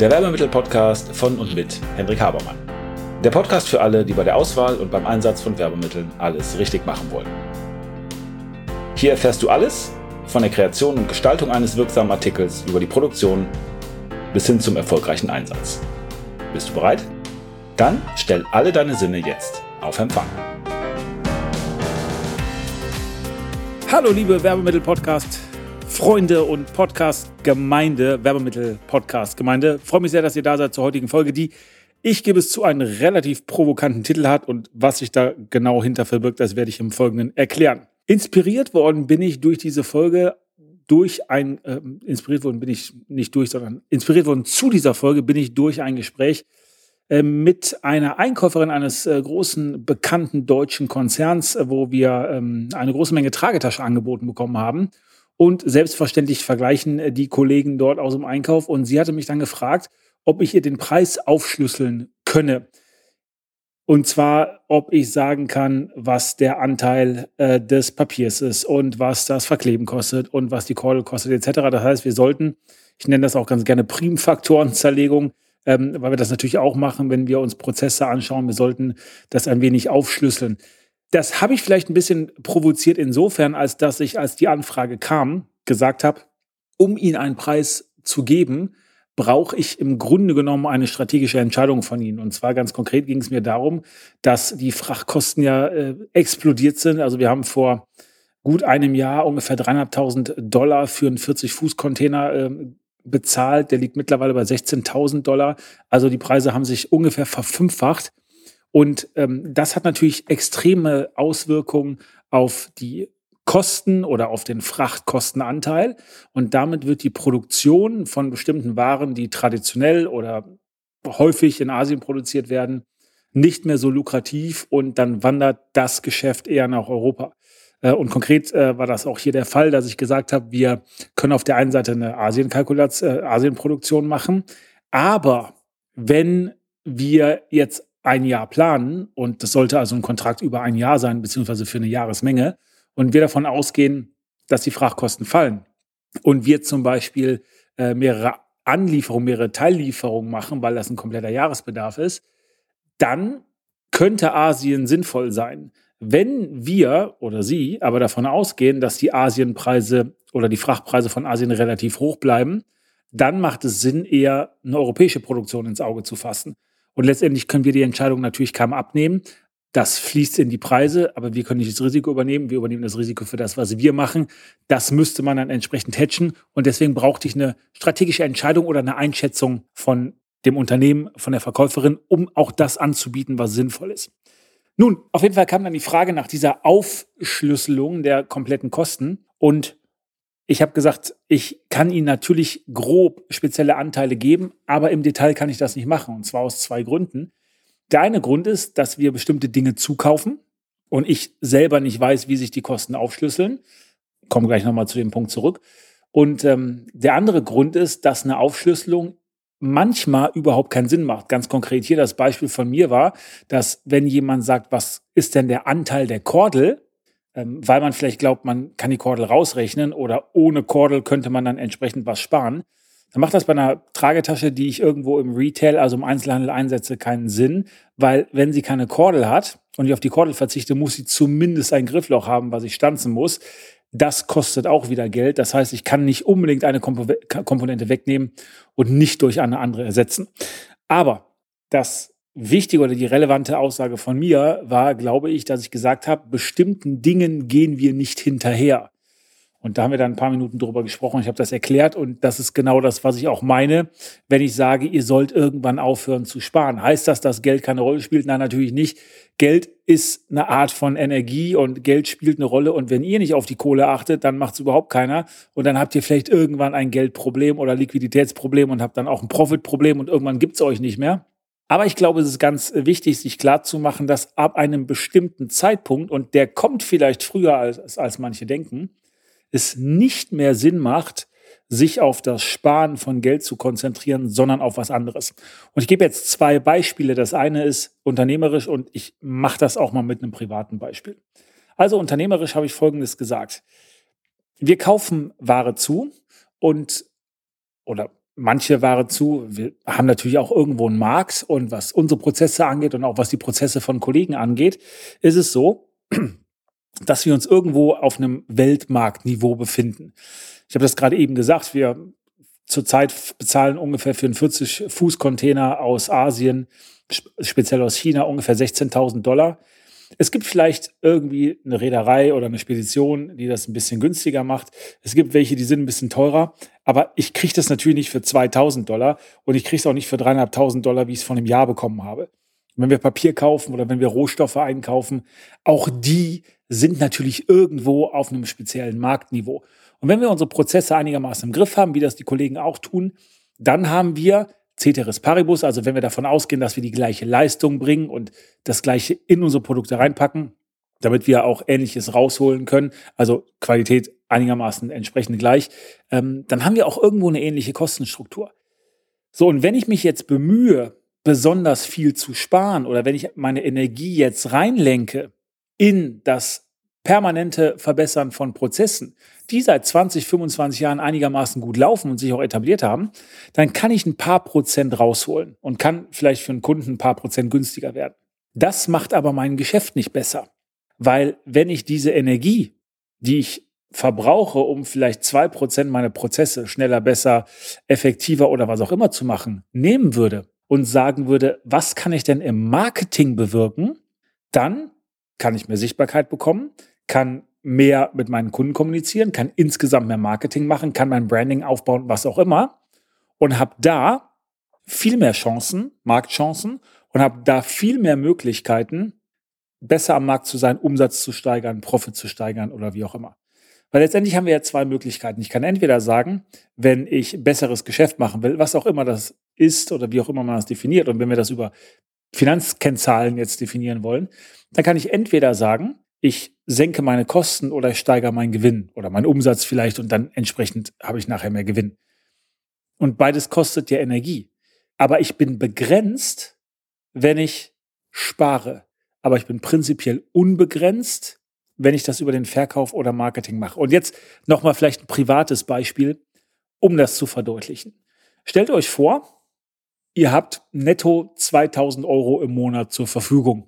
der Werbemittel-Podcast von und mit Hendrik Habermann. Der Podcast für alle, die bei der Auswahl und beim Einsatz von Werbemitteln alles richtig machen wollen. Hier erfährst du alles von der Kreation und Gestaltung eines wirksamen Artikels über die Produktion bis hin zum erfolgreichen Einsatz. Bist du bereit? Dann stell alle deine Sinne jetzt auf Empfang. Hallo liebe Werbemittel-Podcast-Freunde und Podcast-Gemeinde, Werbemittel-Podcast-Gemeinde. Freue mich sehr, dass ihr da seid zur heutigen Folge, die, ich gebe es zu, einen relativ provokanten Titel hat, und was sich da genau hinter verbirgt, das werde ich im Folgenden erklären. Inspiriert worden bin ich durch diese Folge inspiriert worden zu dieser Folge bin ich durch ein Gespräch mit einer Einkäuferin eines großen, bekannten deutschen Konzerns, wo wir eine große Menge Tragetaschen angeboten bekommen haben. Und selbstverständlich vergleichen die Kollegen dort aus dem Einkauf. Und sie hatte mich dann gefragt, ob ich ihr den Preis aufschlüsseln könne. Und zwar, ob ich sagen kann, was der Anteil des Papiers ist und was das Verkleben kostet und was die Kordel kostet etc. Das heißt, wir sollten, ich nenne das auch ganz gerne Primfaktorenzerlegung, weil wir das natürlich auch machen, wenn wir uns Prozesse anschauen. Wir sollten das ein wenig aufschlüsseln. Das habe ich vielleicht ein bisschen provoziert insofern, als dass ich, als die Anfrage kam, gesagt habe, um Ihnen einen Preis zu geben, brauche ich im Grunde genommen eine strategische Entscheidung von Ihnen. Und zwar ganz konkret ging es mir darum, dass die Frachtkosten ja explodiert sind. Also wir haben vor gut einem Jahr ungefähr $3.500 für einen 40-Fuß-Container bezahlt. Der liegt mittlerweile bei $16.000. Also die Preise haben sich ungefähr verfünffacht. Und das hat natürlich extreme Auswirkungen auf die Kosten oder auf den Frachtkostenanteil. Und damit wird die Produktion von bestimmten Waren, die traditionell oder häufig in Asien produziert werden, nicht mehr so lukrativ, und dann wandert das Geschäft eher nach Europa. Und konkret war das auch hier der Fall, dass ich gesagt habe, wir können auf der einen Seite eine Asienproduktion machen, aber wenn wir jetzt ein Jahr planen, und das sollte also ein Kontrakt über ein Jahr sein, beziehungsweise für eine Jahresmenge, und wir davon ausgehen, dass die Frachtkosten fallen und wir zum Beispiel mehrere Teillieferungen machen, weil das ein kompletter Jahresbedarf ist, dann könnte Asien sinnvoll sein. Wenn wir oder Sie aber davon ausgehen, dass die Asienpreise oder die Frachtpreise von Asien relativ hoch bleiben, dann macht es Sinn, eher eine europäische Produktion ins Auge zu fassen. Und letztendlich können wir die Entscheidung natürlich kaum abnehmen. Das fließt in die Preise, aber wir können nicht das Risiko übernehmen. Wir übernehmen das Risiko für das, was wir machen. Das müsste man dann entsprechend hedgen. Und deswegen brauchte ich eine strategische Entscheidung oder eine Einschätzung von dem Unternehmen, von der Verkäuferin, um auch das anzubieten, was sinnvoll ist. Nun, auf jeden Fall kam dann die Frage nach dieser Aufschlüsselung der kompletten Kosten. Und ich habe gesagt, ich kann Ihnen natürlich grob spezielle Anteile geben, aber im Detail kann ich das nicht machen. Und zwar aus zwei Gründen. Der eine Grund ist, dass wir bestimmte Dinge zukaufen und ich selber nicht weiß, wie sich die Kosten aufschlüsseln. Ich komme gleich nochmal zu dem Punkt zurück. Und der andere Grund ist, dass eine Aufschlüsselung manchmal überhaupt keinen Sinn macht. Ganz konkret hier das Beispiel von mir war, dass wenn jemand sagt, was ist denn der Anteil der Kordel, weil man vielleicht glaubt, man kann die Kordel rausrechnen oder ohne Kordel könnte man dann entsprechend was sparen, dann macht das bei einer Tragetasche, die ich irgendwo im Retail, also im Einzelhandel einsetze, keinen Sinn, weil wenn sie keine Kordel hat und ich auf die Kordel verzichte, muss sie zumindest ein Griffloch haben, was ich stanzen muss. Das kostet auch wieder Geld. Das heißt, ich kann nicht unbedingt eine Komponente wegnehmen und nicht durch eine andere ersetzen. Aber das Wichtige oder die relevante Aussage von mir war, glaube ich, dass ich gesagt habe, bestimmten Dingen gehen wir nicht hinterher. Und da haben wir dann ein paar Minuten drüber gesprochen. Ich habe das erklärt und das ist genau das, was ich auch meine, wenn ich sage, ihr sollt irgendwann aufhören zu sparen. Heißt das, dass Geld keine Rolle spielt? Nein, natürlich nicht. Geld ist eine Art von Energie und Geld spielt eine Rolle. Und wenn ihr nicht auf die Kohle achtet, dann macht es überhaupt keiner. Und dann habt ihr vielleicht irgendwann ein Geldproblem oder Liquiditätsproblem und habt dann auch ein Profitproblem und irgendwann gibt es euch nicht mehr. Aber ich glaube, es ist ganz wichtig, sich klarzumachen, dass ab einem bestimmten Zeitpunkt, und der kommt vielleicht früher als manche denken, es nicht mehr Sinn macht, sich auf das Sparen von Geld zu konzentrieren, sondern auf was anderes. Und ich gebe jetzt zwei Beispiele. Das eine ist unternehmerisch und ich mache das auch mal mit einem privaten Beispiel. Also unternehmerisch habe ich Folgendes gesagt. Wir kaufen Ware zu oder manche Ware zu. Wir haben natürlich auch irgendwo einen Markt und was unsere Prozesse angeht und auch was die Prozesse von Kollegen angeht, ist es so, dass wir uns irgendwo auf einem Weltmarktniveau befinden. Ich habe das gerade eben gesagt, wir zurzeit bezahlen ungefähr für einen 40-Fuß-Container aus Asien, speziell aus China, ungefähr 16.000 Dollar. Es gibt vielleicht irgendwie eine Reederei oder eine Spedition, die das ein bisschen günstiger macht. Es gibt welche, die sind ein bisschen teurer. Aber ich kriege das natürlich nicht für 2.000 Dollar und ich kriege es auch nicht für 3.500 Dollar, wie ich es vor einem Jahr bekommen habe. Wenn wir Papier kaufen oder wenn wir Rohstoffe einkaufen, auch die sind natürlich irgendwo auf einem speziellen Marktniveau. Und wenn wir unsere Prozesse einigermaßen im Griff haben, wie das die Kollegen auch tun, dann haben wir Ceteris Paribus, also wenn wir davon ausgehen, dass wir die gleiche Leistung bringen und das Gleiche in unsere Produkte reinpacken, damit wir auch Ähnliches rausholen können, also Qualität einigermaßen entsprechend gleich, dann haben wir auch irgendwo eine ähnliche Kostenstruktur. So, und wenn ich mich jetzt bemühe, besonders viel zu sparen oder wenn ich meine Energie jetzt reinlenke in das permanente Verbessern von Prozessen, die seit 20, 25 Jahren einigermaßen gut laufen und sich auch etabliert haben, dann kann ich ein paar Prozent rausholen und kann vielleicht für einen Kunden ein paar Prozent günstiger werden. Das macht aber mein Geschäft nicht besser, weil wenn ich diese Energie, die ich verbrauche, um vielleicht 2% meine Prozesse schneller, besser, effektiver oder was auch immer zu machen, nehmen würde und sagen würde, was kann ich denn im Marketing bewirken, dann kann ich mehr Sichtbarkeit bekommen, kann mehr mit meinen Kunden kommunizieren, kann insgesamt mehr Marketing machen, kann mein Branding aufbauen, was auch immer und habe da viel mehr Chancen, Marktchancen und habe da viel mehr Möglichkeiten, besser am Markt zu sein, Umsatz zu steigern, Profit zu steigern oder wie auch immer. Weil letztendlich haben wir ja zwei Möglichkeiten. Ich kann entweder sagen, wenn ich besseres Geschäft machen will, was auch immer das ist oder wie auch immer man das definiert, und wenn wir das über Finanzkennzahlen jetzt definieren wollen, dann kann ich entweder sagen, ich senke meine Kosten oder ich steigere meinen Gewinn oder meinen Umsatz vielleicht und dann entsprechend habe ich nachher mehr Gewinn. Und beides kostet ja Energie. Aber ich bin begrenzt, wenn ich spare. Aber ich bin prinzipiell unbegrenzt, wenn ich das über den Verkauf oder Marketing mache. Und jetzt nochmal vielleicht ein privates Beispiel, um das zu verdeutlichen. Stellt euch vor, ihr habt netto 2.000 Euro im Monat zur Verfügung.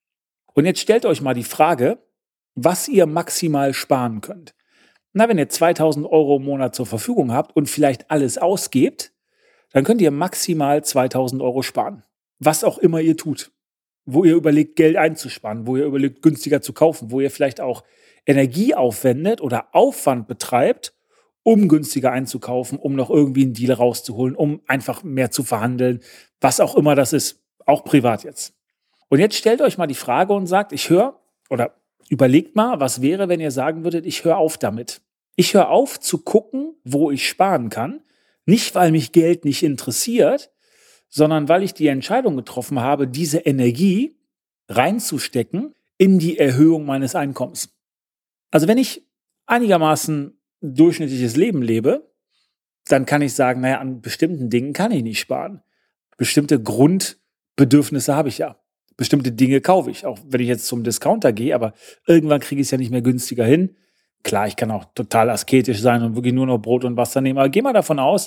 Und jetzt stellt euch mal die Frage, was ihr maximal sparen könnt. Na, wenn ihr 2.000 Euro im Monat zur Verfügung habt und vielleicht alles ausgebt, dann könnt ihr maximal 2.000 Euro sparen. Was auch immer ihr tut. Wo ihr überlegt, Geld einzusparen, wo ihr überlegt, günstiger zu kaufen, wo ihr vielleicht auch Energie aufwendet oder Aufwand betreibt, um günstiger einzukaufen, um noch irgendwie einen Deal rauszuholen, um einfach mehr zu verhandeln, was auch immer das ist, auch privat jetzt. Und jetzt stellt euch mal die Frage und sagt, ich höre oder überlegt mal, was wäre, wenn ihr sagen würdet, ich höre auf damit. Ich höre auf zu gucken, wo ich sparen kann, nicht weil mich Geld nicht interessiert, sondern weil ich die Entscheidung getroffen habe, diese Energie reinzustecken in die Erhöhung meines Einkommens. Also wenn ich einigermaßen durchschnittliches Leben lebe, dann kann ich sagen, naja, an bestimmten Dingen kann ich nicht sparen. Bestimmte Grundbedürfnisse habe ich ja. Bestimmte Dinge kaufe ich, auch wenn ich jetzt zum Discounter gehe, aber irgendwann kriege ich es ja nicht mehr günstiger hin. Klar, ich kann auch total asketisch sein und wirklich nur noch Brot und Wasser nehmen, aber geh mal davon aus,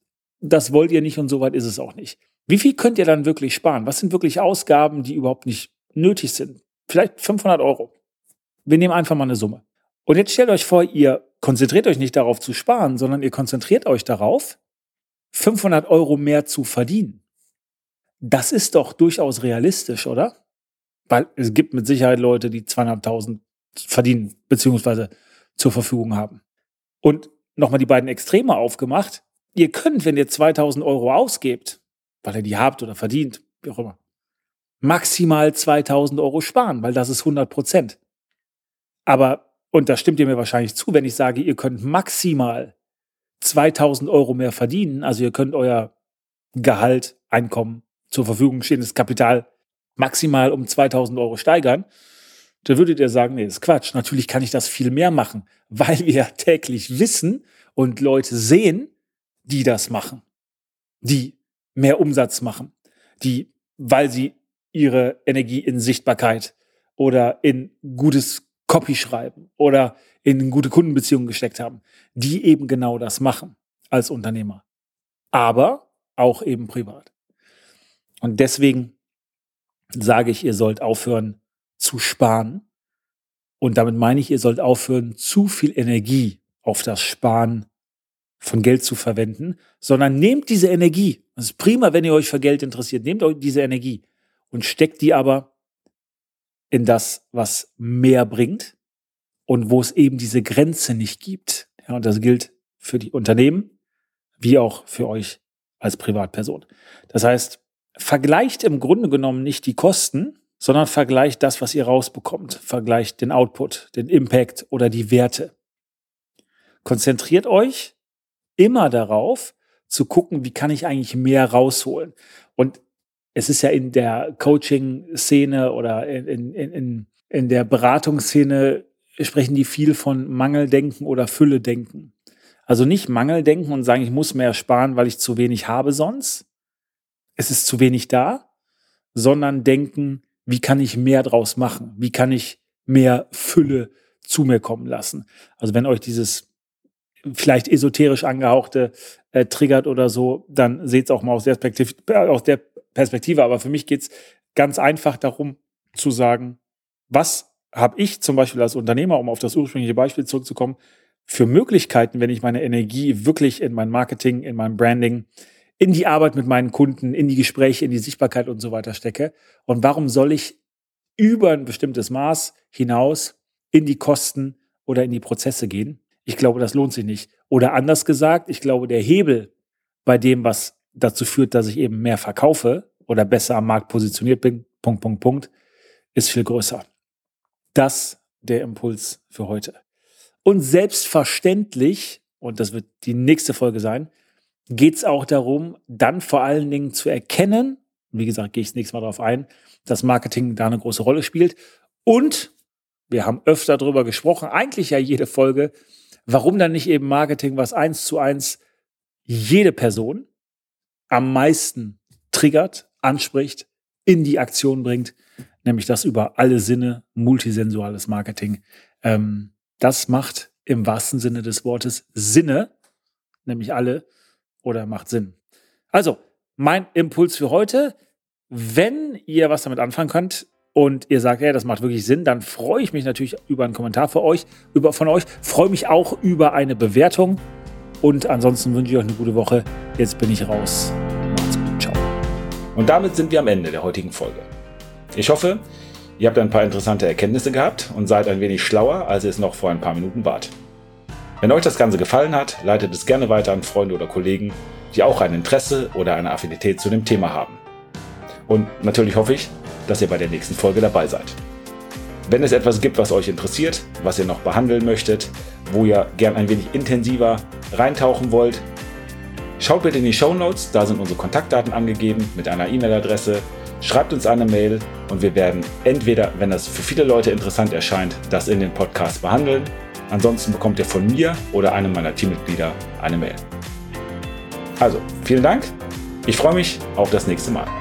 das wollt ihr nicht und so weit ist es auch nicht. Wie viel könnt ihr dann wirklich sparen? Was sind wirklich Ausgaben, die überhaupt nicht nötig sind? Vielleicht 500 Euro. Wir nehmen einfach mal eine Summe. Und jetzt stellt euch vor, ihr konzentriert euch nicht darauf zu sparen, sondern ihr konzentriert euch darauf, 500 Euro mehr zu verdienen. Das ist doch durchaus realistisch, oder? Weil es gibt mit Sicherheit Leute, die 2.500 verdienen, beziehungsweise zur Verfügung haben. Und nochmal die beiden Extreme aufgemacht. Ihr könnt, wenn ihr 2.000 Euro ausgebt, weil ihr die habt oder verdient, wie auch immer, maximal 2.000 Euro sparen, weil das ist 100%. Aber, und da stimmt ihr mir wahrscheinlich zu, wenn ich sage, ihr könnt maximal 2.000 Euro mehr verdienen, also ihr könnt euer Gehalt, Einkommen, zur Verfügung stehendes Kapital maximal um 2.000 Euro steigern, dann würdet ihr sagen, nee, das ist Quatsch. Natürlich kann ich das viel mehr machen, weil wir ja täglich wissen und Leute sehen, die das machen, die mehr Umsatz machen, die, weil sie ihre Energie in Sichtbarkeit oder in gutes Copy schreiben oder in gute Kundenbeziehungen gesteckt haben, die eben genau das machen als Unternehmer. aber auch eben privat. Und deswegen sage ich, ihr sollt aufhören zu sparen. Und damit meine ich, ihr sollt aufhören, zu viel Energie auf das Sparen von Geld zu verwenden, sondern nehmt diese Energie. Das ist prima, wenn ihr euch für Geld interessiert. Nehmt euch diese Energie und steckt die aber in das, was mehr bringt und wo es eben diese Grenze nicht gibt. Ja, und das gilt für die Unternehmen wie auch für euch als Privatperson. Das heißt, vergleicht im Grunde genommen nicht die Kosten, sondern vergleicht das, was ihr rausbekommt. Vergleicht den Output, den Impact oder die Werte. Konzentriert euch immer darauf, zu gucken, wie kann ich eigentlich mehr rausholen. Und es ist ja in der Coaching-Szene oder in der Beratungsszene sprechen die viel von Mangeldenken oder Fülledenken. Also nicht Mangeldenken und sagen, ich muss mehr sparen, weil ich zu wenig habe sonst. Es ist zu wenig da, sondern denken, wie kann ich mehr draus machen? Wie kann ich mehr Fülle zu mir kommen lassen? Also wenn euch dieses vielleicht esoterisch angehauchte triggert oder so, dann seht es auch mal aus der Perspektive. Aber für mich geht es ganz einfach darum zu sagen, was habe ich zum Beispiel als Unternehmer, um auf das ursprüngliche Beispiel zurückzukommen, für Möglichkeiten, wenn ich meine Energie wirklich in mein Marketing, in mein Branding, in die Arbeit mit meinen Kunden, in die Gespräche, in die Sichtbarkeit und so weiter stecke. Und warum soll ich über ein bestimmtes Maß hinaus in die Kosten oder in die Prozesse gehen? Ich glaube, das lohnt sich nicht. Oder anders gesagt, ich glaube, der Hebel bei dem, was dazu führt, dass ich eben mehr verkaufe oder besser am Markt positioniert bin, ist viel größer. Das der Impuls für heute. Und selbstverständlich, und das wird die nächste Folge sein, geht es auch darum, dann vor allen Dingen zu erkennen, wie gesagt, gehe ich das nächste Mal darauf ein, dass Marketing da eine große Rolle spielt. Und wir haben öfter darüber gesprochen, eigentlich ja jede Folge, warum dann nicht eben Marketing, was 1:1 jede Person am meisten triggert, anspricht, in die Aktion bringt, nämlich das über alle Sinne, multisensuales Marketing. Das macht im wahrsten Sinne des Wortes Sinne, nämlich alle, oder macht Sinn. Also, mein Impuls für heute, wenn ihr was damit anfangen könnt und ihr sagt, ja, das macht wirklich Sinn, dann freue ich mich natürlich über einen Kommentar von euch, freue mich auch über eine Bewertung und ansonsten wünsche ich euch eine gute Woche. Jetzt bin ich raus. Macht's gut, ciao. Und damit sind wir am Ende der heutigen Folge. Ich hoffe, ihr habt ein paar interessante Erkenntnisse gehabt und seid ein wenig schlauer, als ihr es noch vor ein paar Minuten wart. Wenn euch das Ganze gefallen hat, leitet es gerne weiter an Freunde oder Kollegen, die auch ein Interesse oder eine Affinität zu dem Thema haben. Und natürlich hoffe ich, dass ihr bei der nächsten Folge dabei seid. Wenn es etwas gibt, was euch interessiert, was ihr noch behandeln möchtet, wo ihr gern ein wenig intensiver reintauchen wollt, schaut bitte in die Shownotes, da sind unsere Kontaktdaten angegeben mit einer E-Mail-Adresse. Schreibt uns eine Mail und wir werden entweder, wenn das für viele Leute interessant erscheint, das in den Podcast behandeln. Ansonsten bekommt ihr von mir oder einem meiner Teammitglieder eine Mail. Also, vielen Dank. Ich freue mich auf das nächste Mal.